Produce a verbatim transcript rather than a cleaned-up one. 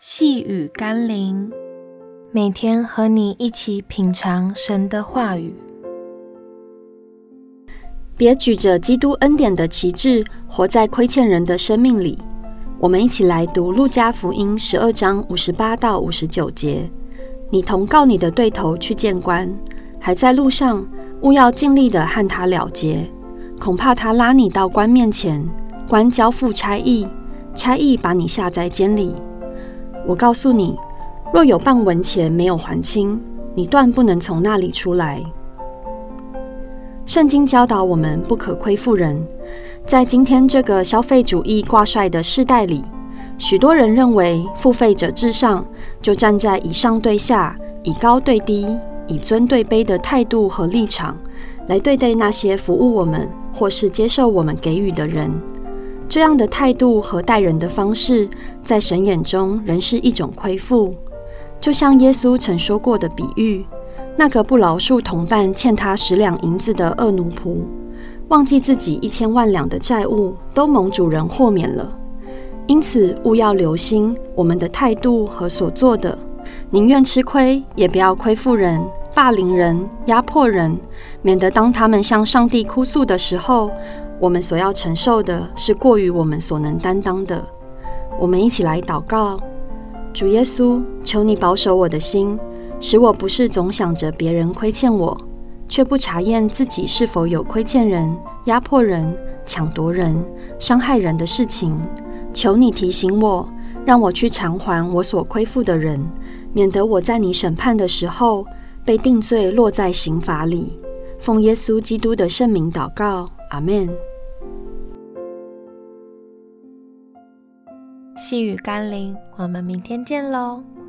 细雨甘霖，每天和你一起品尝神的话语。 别举着基督恩典的旗帜，活在亏欠人的生命里。我们一起来读路加福音十二章五十八到五十九节。你同告你的对头去见官，还在路上，务要尽力的和他了结，恐怕他拉你到官面前，官交付差役，差役把你下在监里。我告诉你，若有半文钱没有还清，你断不能从那里出来。圣经教导我们不可亏负人。在今天这个消费主义挂帅的世代里，许多人认为付费者至上，就站在以上对下、以高对低、以尊对卑的态度和立场来对待那些服务我们或是接受我们给予的人。这样的态度和待人的方式，在神眼中仍是一种亏负。就像耶稣曾说过的比喻，那个不饶恕同伴欠他十两银子的恶奴仆，忘记自己一千万两的债务都蒙主人豁免了。因此，务要留心我们的态度和所做的，宁愿吃亏，也不要亏负人、霸凌人、压迫人，免得当他们向上帝哭诉的时候，我们所要承受的是过于我们所能担当的。我们一起来祷告。主耶稣，求你保守我的心，使我不是总想着别人亏欠我，却不查验自己是否有亏欠人、压迫人、抢夺人、伤害人的事情。求你提醒我，让我去偿还我所亏负的人，免得我在你审判的时候被定罪，落在刑罚里。奉耶稣基督的圣名祷告，阿们。 细雨甘霖，我们明天见喽。